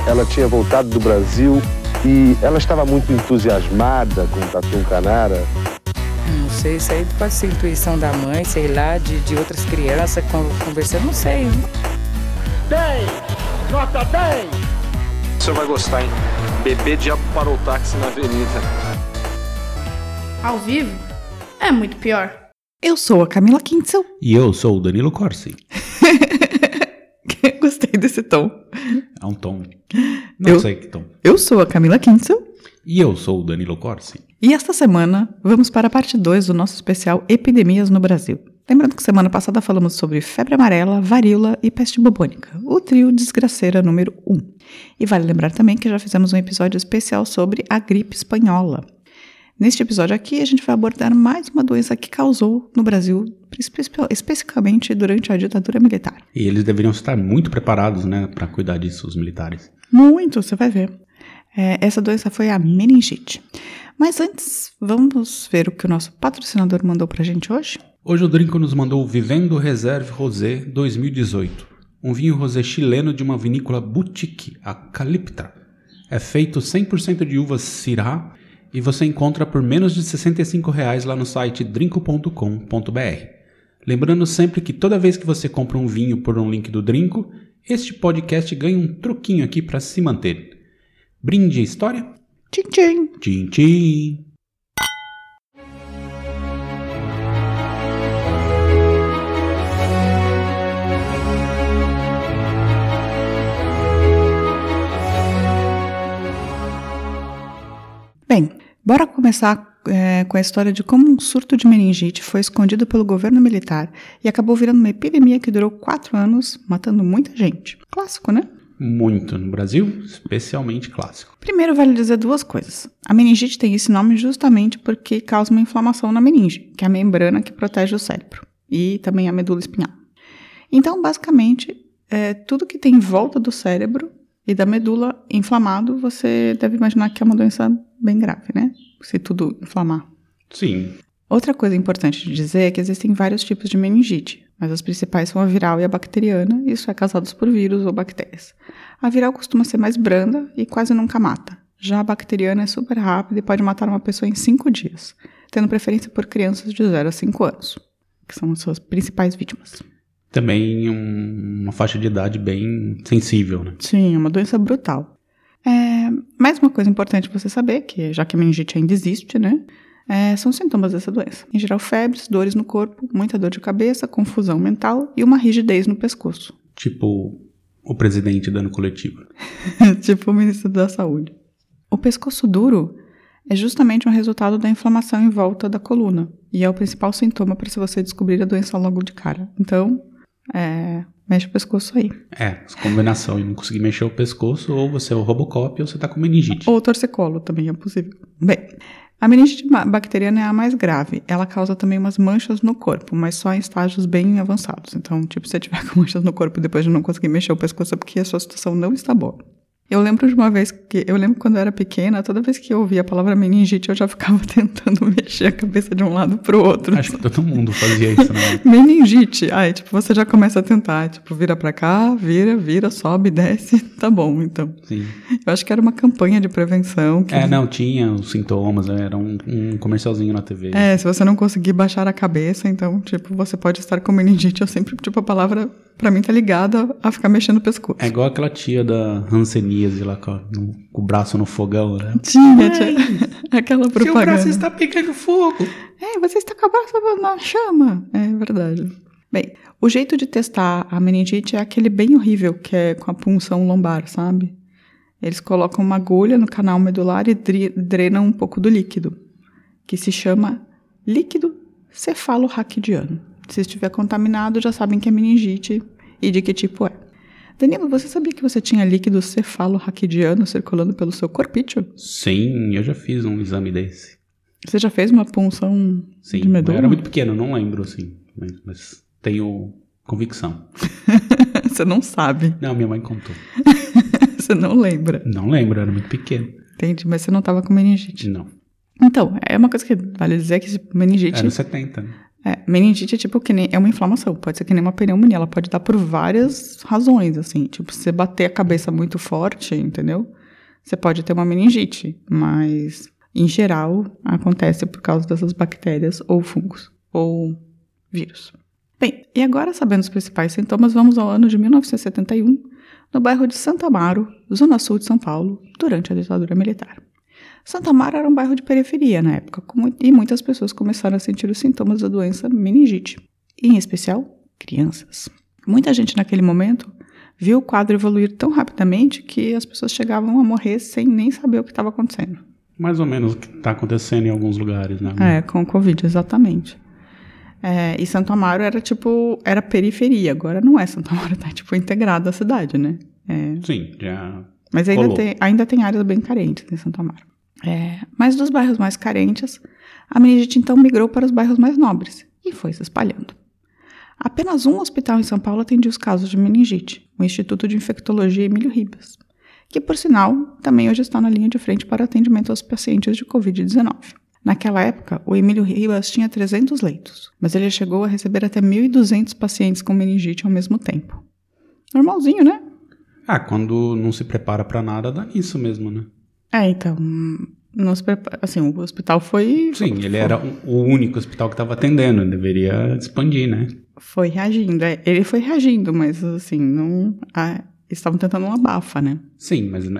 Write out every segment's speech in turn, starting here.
ela tinha voltado do Brasil e ela estava muito entusiasmada com o Tatu Canara. Não sei, isso aí pode ser intuição da mãe, sei lá, de outras crianças conversando, não sei. 10! Nota 10! O senhor vai gostar, hein? Bebê diabo parou o táxi na avenida. Ao vivo é muito pior. Eu sou a Camila Kintzel. E eu sou o Danilo Corsi. Gostei desse tom. É um tom. Não sei que tom. Eu sou a Camila Kintzel. E eu sou o Danilo Corsi. E esta semana vamos para a parte 2 do nosso especial Epidemias no Brasil. Lembrando que semana passada falamos sobre febre amarela, varíola e peste bubônica, o trio desgraceira número 1. E vale lembrar também que já fizemos um episódio especial sobre a gripe espanhola. Neste episódio aqui, a gente vai abordar mais uma doença que causou no Brasil, especificamente durante a ditadura militar. E eles deveriam estar muito preparados, né, para cuidar disso, os militares. Muito, você vai ver. Essa doença foi a meningite. Mas antes, vamos ver o que o nosso patrocinador mandou pra gente hoje? Hoje o Drinco nos mandou o Vivendo Reserve Rosé 2018. Um vinho rosé chileno de uma vinícola boutique, a Caliptra. É feito 100% de uvas Syrah e você encontra por menos de R$ 65 lá no site drinco.com.br. Lembrando sempre que toda vez que você compra um vinho por um link do Drinco, este podcast ganha um truquinho aqui para se manter. Brinde a história? Tchim, tchim. Tchim, tchim. Bem, bora começar com a história de como um surto de meningite foi escondido pelo governo militar e acabou virando uma epidemia que durou 4 anos, matando muita gente. Clássico, né? Muito no Brasil, especialmente clássico. Primeiro vale dizer duas coisas. A meningite tem esse nome justamente porque causa uma inflamação na meninge, que é a membrana que protege o cérebro, e também a medula espinhal. Então, basicamente, tudo que tem em volta do cérebro e da medula inflamado, você deve imaginar que é uma doença bem grave, né? Se tudo inflamar. Sim. Outra coisa importante de dizer é que existem vários tipos de meningite, mas as principais são a viral e a bacteriana, e isso é causados por vírus ou bactérias. A viral costuma ser mais branda e quase nunca mata. Já a bacteriana é super rápida e pode matar uma pessoa em 5 dias, tendo preferência por crianças de 0 a 5 anos, que são as suas principais vítimas. Também uma faixa de idade bem sensível, né? Sim, é uma doença brutal. Mais uma coisa importante você saber, que já que a meningite ainda existe, né? São sintomas dessa doença. Em geral, febres, dores no corpo, muita dor de cabeça, confusão mental e uma rigidez no pescoço. Tipo o presidente dando coletiva. Tipo o ministro da Saúde. O pescoço duro é justamente um resultado da inflamação em volta da coluna e é o principal sintoma para se você descobrir a doença logo de cara. Então, mexe o pescoço aí. Essa combinação de não conseguir mexer o pescoço, ou você é o Robocop ou você tá com meningite. Ou torcicolo também é possível. Bem, a meningite bacteriana é a mais grave. Ela causa também umas manchas no corpo, mas só em estágios bem avançados. Então, se você tiver com manchas no corpo depois de não conseguir mexer o pescoço, é porque a sua situação não está boa. Eu lembro de uma vez eu lembro quando eu era pequena, toda vez que eu ouvia a palavra meningite, eu já ficava tentando mexer a cabeça de um lado pro outro. Acho que todo mundo fazia isso, né? Meningite. Aí, você já começa a tentar, vira pra cá, vira, sobe, desce, tá bom, então. Sim. Eu acho que era uma campanha de prevenção. Não, tinha os sintomas, era um comercialzinho na TV. Se você não conseguir baixar a cabeça, então, você pode estar com meningite. Eu sempre, a palavra, pra mim, tá ligada a ficar mexendo o pescoço. É igual aquela tia da Hanseníase lá com o braço no fogão, né? Tinha aquela propaganda. Seu braço está pegando fogo. Você está com o braço na chama. É verdade. Bem, o jeito de testar a meningite é aquele bem horrível, que é com a punção lombar, sabe? Eles colocam uma agulha no canal medular e drenam um pouco do líquido, que se chama líquido cefalorraquidiano. Se estiver contaminado, já sabem que é meningite e de que tipo é. Danilo, você sabia que você tinha líquido cefalorraquidiano circulando pelo seu corpício? Sim, eu já fiz um exame desse. Você já fez uma punção de medula? Sim, era muito pequeno, não lembro, assim, mas tenho convicção. Você não sabe? Não, minha mãe contou. Você não lembra? Não lembro, era muito pequeno. Entendi, mas você não estava com meningite? Não. Então, é uma coisa que vale dizer que meningite... Era 70, né? Meningite é tipo que nem... É uma inflamação, pode ser que nem uma pneumonia. Ela pode dar por várias razões, assim. Tipo, se você bater a cabeça muito forte, entendeu? Você pode ter uma meningite, mas... Em geral, acontece por causa dessas bactérias ou fungos, ou vírus. Bem, e agora, sabendo os principais sintomas, vamos ao ano de 1971, no bairro de Santo Amaro, zona sul de São Paulo, durante a ditadura militar. Santo Amaro era um bairro de periferia na época, e muitas pessoas começaram a sentir os sintomas da doença meningite, e, em especial, crianças. Muita gente naquele momento viu o quadro evoluir tão rapidamente que as pessoas chegavam a morrer sem nem saber o que estava acontecendo. Mais ou menos o que está acontecendo em alguns lugares, né? Com o Covid, exatamente. E Santo Amaro era periferia, agora não é. Santo Amaro está, integrado à cidade, né? Sim, já. Mas ainda tem áreas bem carentes em Santo Amaro. Mas dos bairros mais carentes, a meningite então migrou para os bairros mais nobres e foi se espalhando. Apenas um hospital em São Paulo atendia os casos de meningite, o Instituto de Infectologia Emílio Ribas, que, por sinal, também hoje está na linha de frente para atendimento aos pacientes de Covid-19. Naquela época, o Emílio Ribas tinha 300 leitos, mas ele chegou a receber até 1.200 pacientes com meningite ao mesmo tempo. Normalzinho, né? Quando não se prepara para nada, dá nisso mesmo, né? Então, não se prepara, assim, o hospital foi... Sim, ele era o único hospital que estava atendendo, ele deveria expandir, né? Foi reagindo, ele foi reagindo, mas assim, não... Estavam tentando uma abafa, né? Sim, mas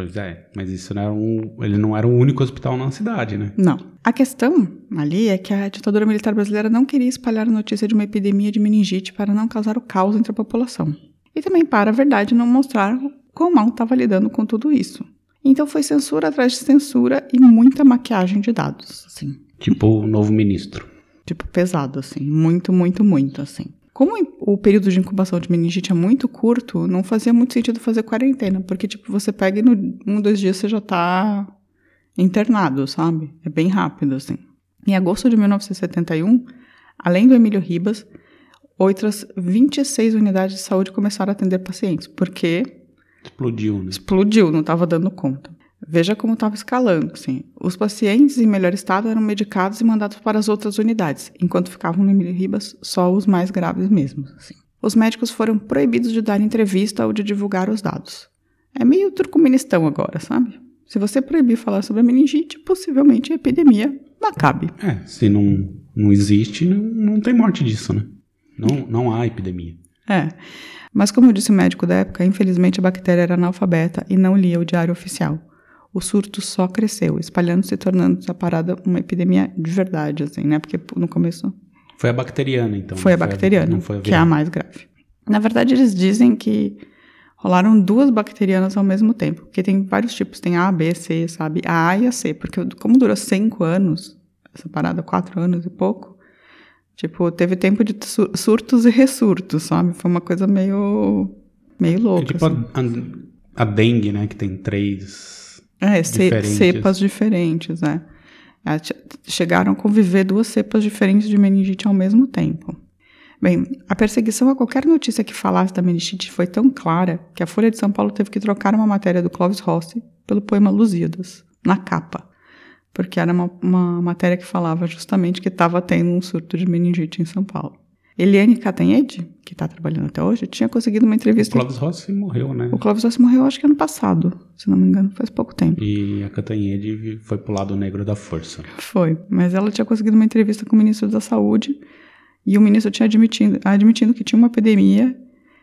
mas isso não era ele não era o único hospital na cidade, né? Não. A questão ali é que a ditadura militar brasileira não queria espalhar a notícia de uma epidemia de meningite para não causar o caos entre a população. E também para, a verdade, não mostrar quão mal estava lidando com tudo isso. Então foi censura atrás de censura e muita maquiagem de dados, assim. Tipo o novo ministro. Tipo, pesado, assim. Muito, muito, muito, assim. Como o período de incubação de meningite é muito curto, não fazia muito sentido fazer quarentena, porque, você pega e em 2 dias você já tá internado, sabe? É bem rápido, assim. Em agosto de 1971, além do Emílio Ribas, outras 26 unidades de saúde começaram a atender pacientes, porque... Explodiu, né? Explodiu, não estava dando conta. Veja como estava escalando, assim. Os pacientes em melhor estado eram medicados e mandados para as outras unidades, enquanto ficavam no Emílio Ribas só os mais graves mesmo, assim. Os médicos foram proibidos de dar entrevista ou de divulgar os dados. É meio turcomenistão agora, sabe? Se você proibir falar sobre a meningite, possivelmente a epidemia acabe. Se não existe, não tem morte disso, né? Não há epidemia. Mas como disse o médico da época, infelizmente a bactéria era analfabeta e não lia o diário oficial. O surto só cresceu, espalhando-se e tornando-se a parada uma epidemia de verdade, assim, né? Porque no começo... Foi a bacteriana, então. Foi a bacteriana, que é a mais grave. Na verdade, eles dizem que rolaram 2 bacterianas ao mesmo tempo, porque tem vários tipos, tem A, B, C, sabe? A A e a C, porque como durou 5 anos, essa parada, 4 anos e pouco, teve tempo de surtos e ressurtos, sabe? Foi uma coisa meio louca. É tipo assim. A dengue, né? Que tem 3... cepas diferentes, Chegaram a conviver 2 cepas diferentes de meningite ao mesmo tempo. Bem, a perseguição a qualquer notícia que falasse da meningite foi tão clara que a Folha de São Paulo teve que trocar uma matéria do Clóvis Rossi pelo poema Lusíadas, na capa, porque era uma matéria que falava justamente que estava tendo um surto de meningite em São Paulo. Eliane Cantanhede, que está trabalhando até hoje, tinha conseguido uma entrevista... O Clóvis Rossi morreu, né? O Clóvis Rossi morreu, acho que ano passado, se não me engano, faz pouco tempo. E a Cantanhede foi pro lado negro da força. Foi, mas ela tinha conseguido uma entrevista com o ministro da Saúde e o ministro tinha admitindo que tinha uma epidemia,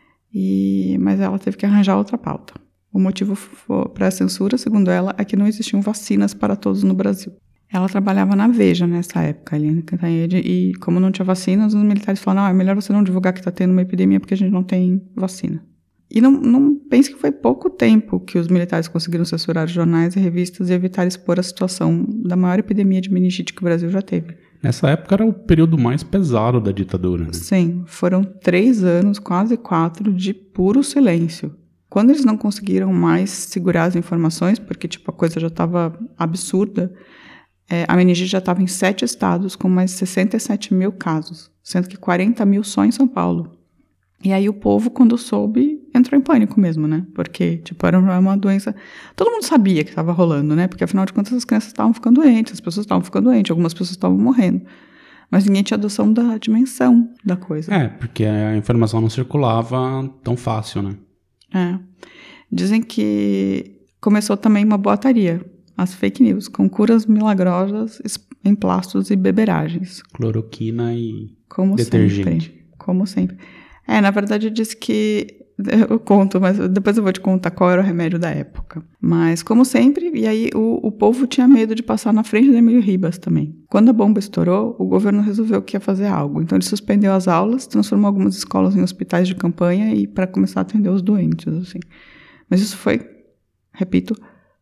mas ela teve que arranjar outra pauta. O motivo para a censura, segundo ela, é que não existiam vacinas para todos no Brasil. Ela trabalhava na Veja nessa época, Eliane Cantanhede, e como não tinha vacinas, os militares falaram, é melhor você não divulgar que está tendo uma epidemia porque a gente não tem vacina. E não pense que foi pouco tempo que os militares conseguiram censurar os jornais e revistas e evitar expor a situação da maior epidemia de meningite que o Brasil já teve. Nessa época era o período mais pesado da ditadura, né? Sim, foram 3 anos, quase 4, de puro silêncio. Quando eles não conseguiram mais segurar as informações, porque a coisa já estava absurda, a meningite já estava em 7 estados, com mais 67 mil casos, sendo que 40 mil só em São Paulo. E aí o povo, quando soube, entrou em pânico mesmo, né? Porque, era uma doença... Todo mundo sabia que estava rolando, né? Porque, afinal de contas, as crianças estavam ficando doentes, as pessoas estavam ficando doentes, algumas pessoas estavam morrendo. Mas ninguém tinha adoção da dimensão da coisa. Porque a informação não circulava tão fácil, né? Dizem que começou também uma boataria, as fake news, com curas milagrosas, emplastos e beberagens. Cloroquina e como detergente. Como sempre. Na verdade disse que... Eu conto, mas depois eu vou te contar qual era o remédio da época. Mas, como sempre, e aí o povo tinha medo de passar na frente do Emílio Ribas também. Quando a bomba estourou, o governo resolveu que ia fazer algo. Então, ele suspendeu as aulas, transformou algumas escolas em hospitais de campanha e para começar a atender os doentes, assim. Mas isso foi, repito,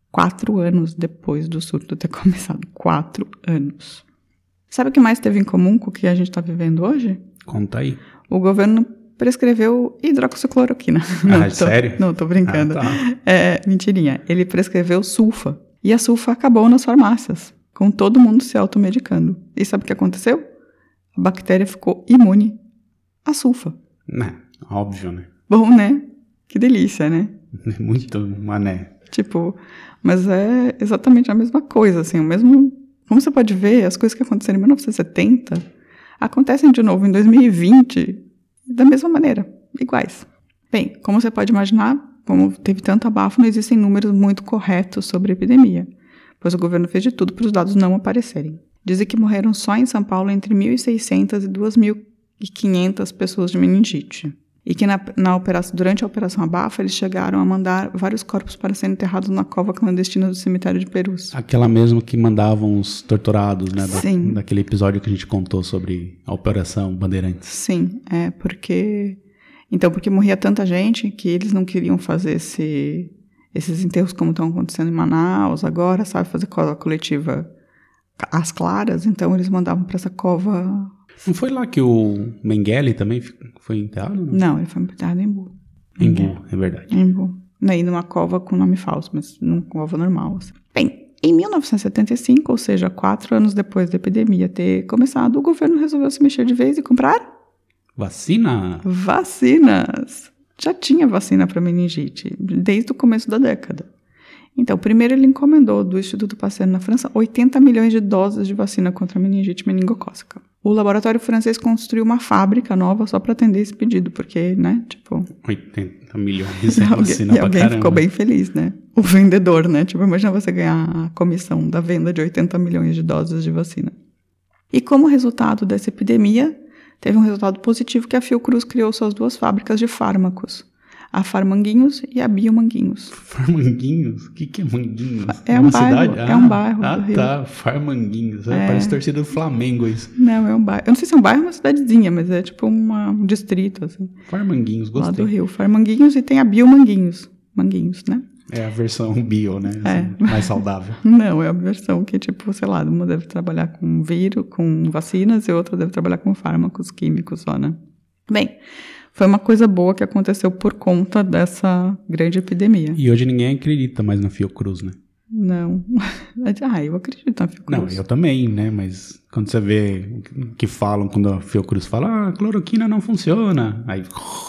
4 anos depois do surto ter começado. 4 anos. Sabe o que mais teve em comum com o que a gente está vivendo hoje? Conta aí. O governo prescreveu hidroxicloroquina. Sério? Não, tô brincando. Tá. Mentirinha. Ele prescreveu sulfa. E a sulfa acabou nas farmácias, com todo mundo se automedicando. E sabe o que aconteceu? A bactéria ficou imune à sulfa. Óbvio, né? Bom, né? Que delícia, né? Muito mané. Mas é exatamente a mesma coisa, assim, o mesmo... Como você pode ver, as coisas que aconteceram em 1970 acontecem de novo em 2020 da mesma maneira, iguais. Bem, como você pode imaginar, como teve tanto abafo, não existem números muito corretos sobre a epidemia, pois o governo fez de tudo para os dados não aparecerem. Dizem que morreram só em São Paulo entre 1.600 e 2.500 pessoas de meningite. E que durante a Operação Abafa, eles chegaram a mandar vários corpos para serem enterrados na cova clandestina do cemitério de Perus. Aquela mesmo que mandavam os torturados, né? Sim. Daquele episódio que a gente contou sobre a Operação Bandeirantes. Sim, porque morria tanta gente que eles não queriam fazer esses enterros como estão acontecendo em Manaus agora, sabe? Fazer cova coletiva às claras, então eles mandavam para essa cova... Não foi lá que o Mengele também foi enterrado? Não, ele foi enterrado em Embu. Embu, é verdade. Embu. Aí numa cova com nome falso, mas numa cova normal. Assim. Bem, em 1975, ou seja, 4 anos depois da epidemia ter começado, o governo resolveu se mexer de vez e comprar... Vacinas! Já tinha vacina para meningite, desde o começo da década. Então, primeiro ele encomendou do Instituto Pasteur na França 80 milhões de doses de vacina contra a meningite meningocócica. O laboratório francês construiu uma fábrica nova só para atender esse pedido, porque, né, 80 milhões é vacina pra alguém caramba. Ficou bem feliz, né? O vendedor, né? Imagina você ganhar a comissão da venda de 80 milhões de doses de vacina. E como resultado dessa epidemia, teve um resultado positivo que a Fiocruz criou suas 2 fábricas de fármacos. A Farmanguinhos e a Biomanguinhos. Farmanguinhos? O que é Manguinhos? É um bairro. É um bairro do Rio. Farmanguinhos. Parece torcida do Flamengo isso. Não, é um bairro. Eu não sei se é um bairro ou uma cidadezinha, mas é um distrito, assim. Farmanguinhos, gostei. Lá do Rio. Farmanguinhos e tem a Biomanguinhos. Manguinhos, né? É a versão bio, né? Assim, mais saudável. Não, é a versão que, sei lá, uma deve trabalhar com vírus, com vacinas e outra deve trabalhar com fármacos químicos só, né? Bem... Foi uma coisa boa que aconteceu por conta dessa grande epidemia. E hoje ninguém acredita mais na Fiocruz, né? Não. Eu acredito na Fiocruz. Não, eu também, né? Mas quando você vê o que falam, quando a Fiocruz fala, a cloroquina não funciona, aí...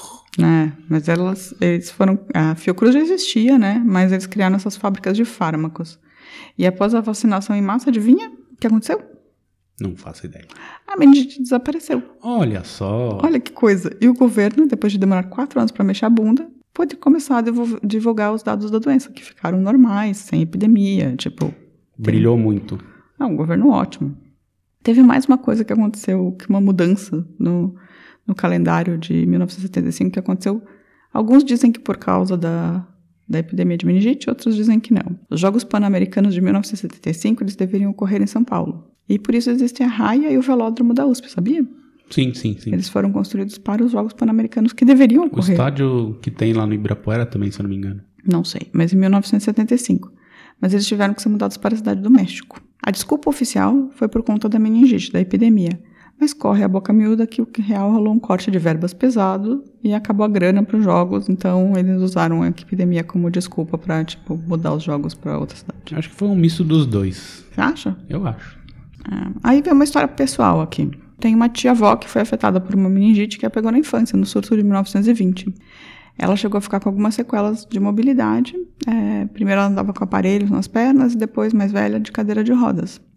Mas eles foram... A Fiocruz já existia, né? Mas eles criaram essas fábricas de fármacos. E após a vacinação em massa, adivinha o que aconteceu? Não faço ideia. A meningite desapareceu. Olha só. Olha que coisa. E o governo, depois de demorar 4 anos para mexer a bunda, pôde começar a divulgar os dados da doença, que ficaram normais, sem epidemia, Brilhou muito. Um governo ótimo. Teve mais uma coisa que aconteceu, que uma mudança no calendário de 1975 que aconteceu. Alguns dizem que por causa da epidemia de meningite, outros dizem que não. Os Jogos Pan-Americanos de 1975, eles deveriam ocorrer em São Paulo. E por isso existem a raia e o velódromo da USP, sabia? Sim. Eles foram construídos para os Jogos Pan-Americanos que deveriam ocorrer. O estádio que tem lá no Ibirapuera também, se eu não me engano. Não sei, mas em 1975. Mas eles tiveram que ser mudados para a cidade do México. A desculpa oficial foi por conta da meningite, da epidemia. Mas corre a boca miúda que o real rolou um corte de verbas pesado e acabou a grana para os jogos. Então, eles usaram a epidemia como desculpa para, mudar os jogos para outra cidade. Acho que foi um misto dos dois. Você acha? Eu acho. Aí vem uma história pessoal aqui. Tem uma tia-avó que foi afetada por uma meningite que a pegou na infância, no surto de 1920. Ela chegou a ficar com algumas sequelas de mobilidade. Primeiro ela andava com aparelhos nas pernas e depois, mais velha, de cadeira de rodas.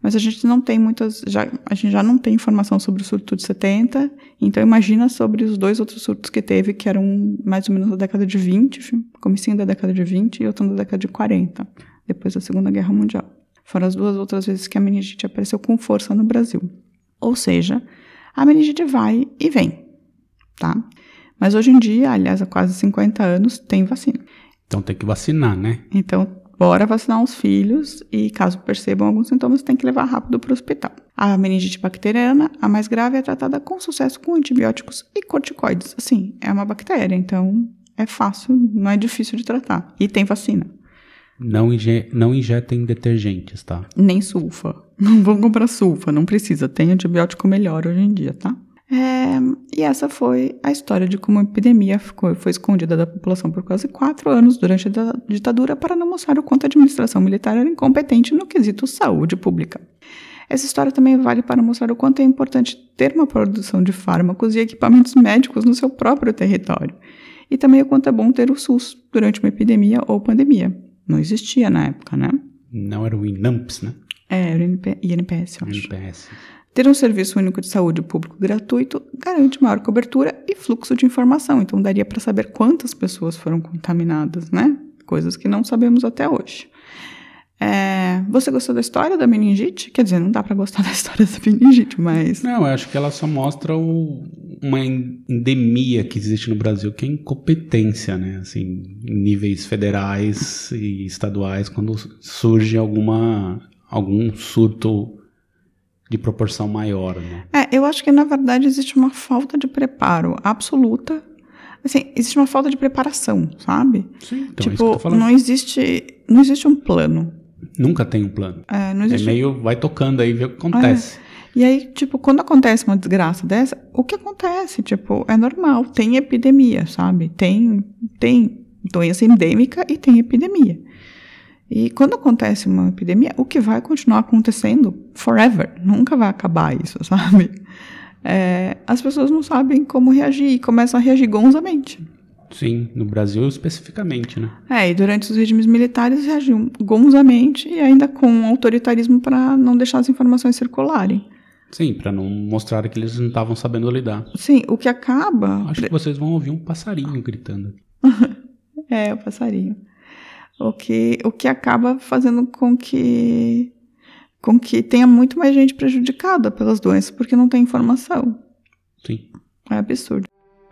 Mas a gente não tem a gente já não tem informação sobre o surto de 70, então imagina sobre os 2 outros surtos que teve, que eram mais ou menos da década de 20, comecinho da década de 20 e outro da década de 40, depois da Segunda Guerra Mundial. Foram as 2 outras vezes que a meningite apareceu com força no Brasil. Ou seja, a meningite vai e vem, tá? Mas hoje em dia, aliás, há quase 50 anos, tem vacina. Então tem que vacinar, né? Então, bora vacinar os filhos e, caso percebam alguns sintomas, tem que levar rápido para o hospital. A meningite bacteriana, a mais grave, é tratada com sucesso com antibióticos e corticoides. Assim, é uma bactéria, então é fácil, não é difícil de tratar. E tem vacina. Não injetem detergentes, tá? Nem sulfa. Não vão comprar sulfa, não precisa. Tem antibiótico melhor hoje em dia, tá? E essa foi a história de como a epidemia foi escondida da população por quase 4 anos durante a ditadura para não mostrar o quanto a administração militar era incompetente no quesito saúde pública. Essa história também vale para mostrar o quanto é importante ter uma produção de fármacos e equipamentos médicos no seu próprio território. E também o quanto é bom ter o SUS durante uma epidemia ou pandemia. Não existia na época, né? Não era o INAMPS, né? Era o INPS, eu acho. INPS. Ter um serviço único de saúde público gratuito garante maior cobertura e fluxo de informação. Então, daria para saber quantas pessoas foram contaminadas, né? Coisas que não sabemos até hoje. Você gostou da história da meningite? Quer dizer, não dá para gostar da história da meningite, mas... Não, eu acho que ela só mostra uma endemia que existe no Brasil, que é incompetência, né? Assim, em níveis federais e estaduais, quando surge algum surto de proporção maior, né? Eu acho que, na verdade, existe uma falta de preparo absoluta. Assim, existe uma falta de preparação, sabe? Sim, então tipo, é isso que eu tô falando. não existe um plano. Nunca tem um plano. Não existe... É meio, vai tocando aí, vê o que acontece. E aí, tipo, quando acontece uma desgraça dessa, o que acontece? Tipo, é normal, tem epidemia, sabe? Tem doença endêmica e tem epidemia. E quando acontece uma epidemia, o que vai continuar acontecendo forever, nunca vai acabar isso, sabe? As pessoas não sabem como reagir e começam a reagir gonzamente. Sim, no Brasil especificamente, né? E durante os regimes militares reagiam gonzamente e ainda com autoritarismo para não deixar as informações circularem. Sim, para não mostrar que eles não estavam sabendo lidar. Sim, o que acaba... Acho que vocês vão ouvir um passarinho gritando. O passarinho. O que acaba fazendo com que tenha muito mais gente prejudicada pelas doenças, porque não tem informação. Sim. É absurdo.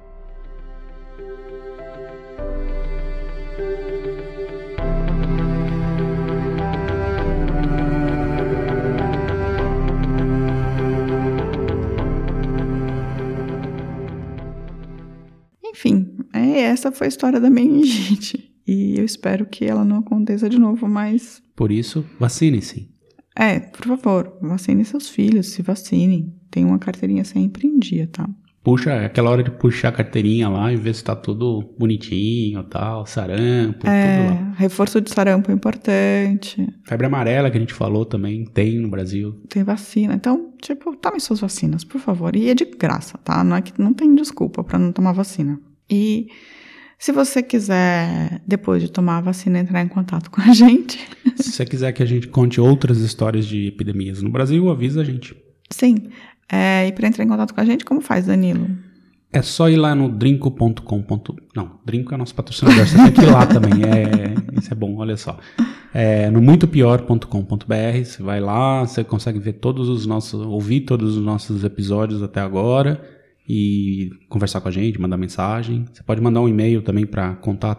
Enfim, essa foi a história da meningite. E eu espero que ela não aconteça de novo, mas... Por isso, vacine-se. Por favor, vacine seus filhos, se vacinem. Tenha uma carteirinha sempre em dia, tá? Puxa, aquela hora de puxar a carteirinha lá e ver se tá tudo bonitinho e tal, sarampo, tudo lá. Reforço de sarampo é importante. Febre amarela, que a gente falou também, tem no Brasil. Tem vacina. Então, tomem suas vacinas, por favor. E é de graça, tá? Não é que não tem desculpa pra não tomar vacina. E se você quiser, depois de tomar a vacina, entrar em contato com a gente... Se você quiser que a gente conte outras histórias de epidemias no Brasil, avisa a gente. Sim. E para entrar em contato com a gente, como faz, Danilo? É só ir lá no drinco.com. Não, Drinco é nosso patrocinador, você tem que ir lá também. Isso é bom, olha só. No muitopior.com.br, você vai lá, você consegue ver ouvir todos os nossos episódios até agora e conversar com a gente, mandar mensagem. Você pode mandar um e-mail também para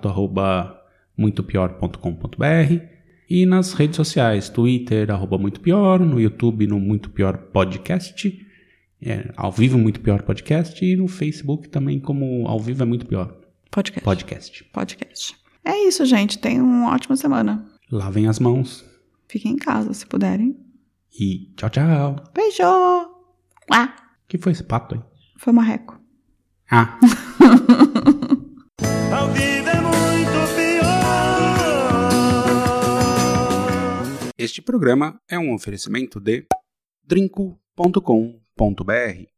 contato@muitopior.com.br e nas redes sociais, Twitter, @muitopior, no YouTube, no Muito Pior Podcast, ao vivo Muito Pior Podcast e no Facebook também como Ao Vivo é Muito Pior Podcast. É isso, gente. Tenham uma ótima semana. Lavem as mãos. Fiquem em casa, se puderem. E tchau, tchau. Beijo! Que foi esse pato aí? Foi o marreco. Ah. Ao vivo é muito pior. Este programa é um oferecimento de drinco.com.br.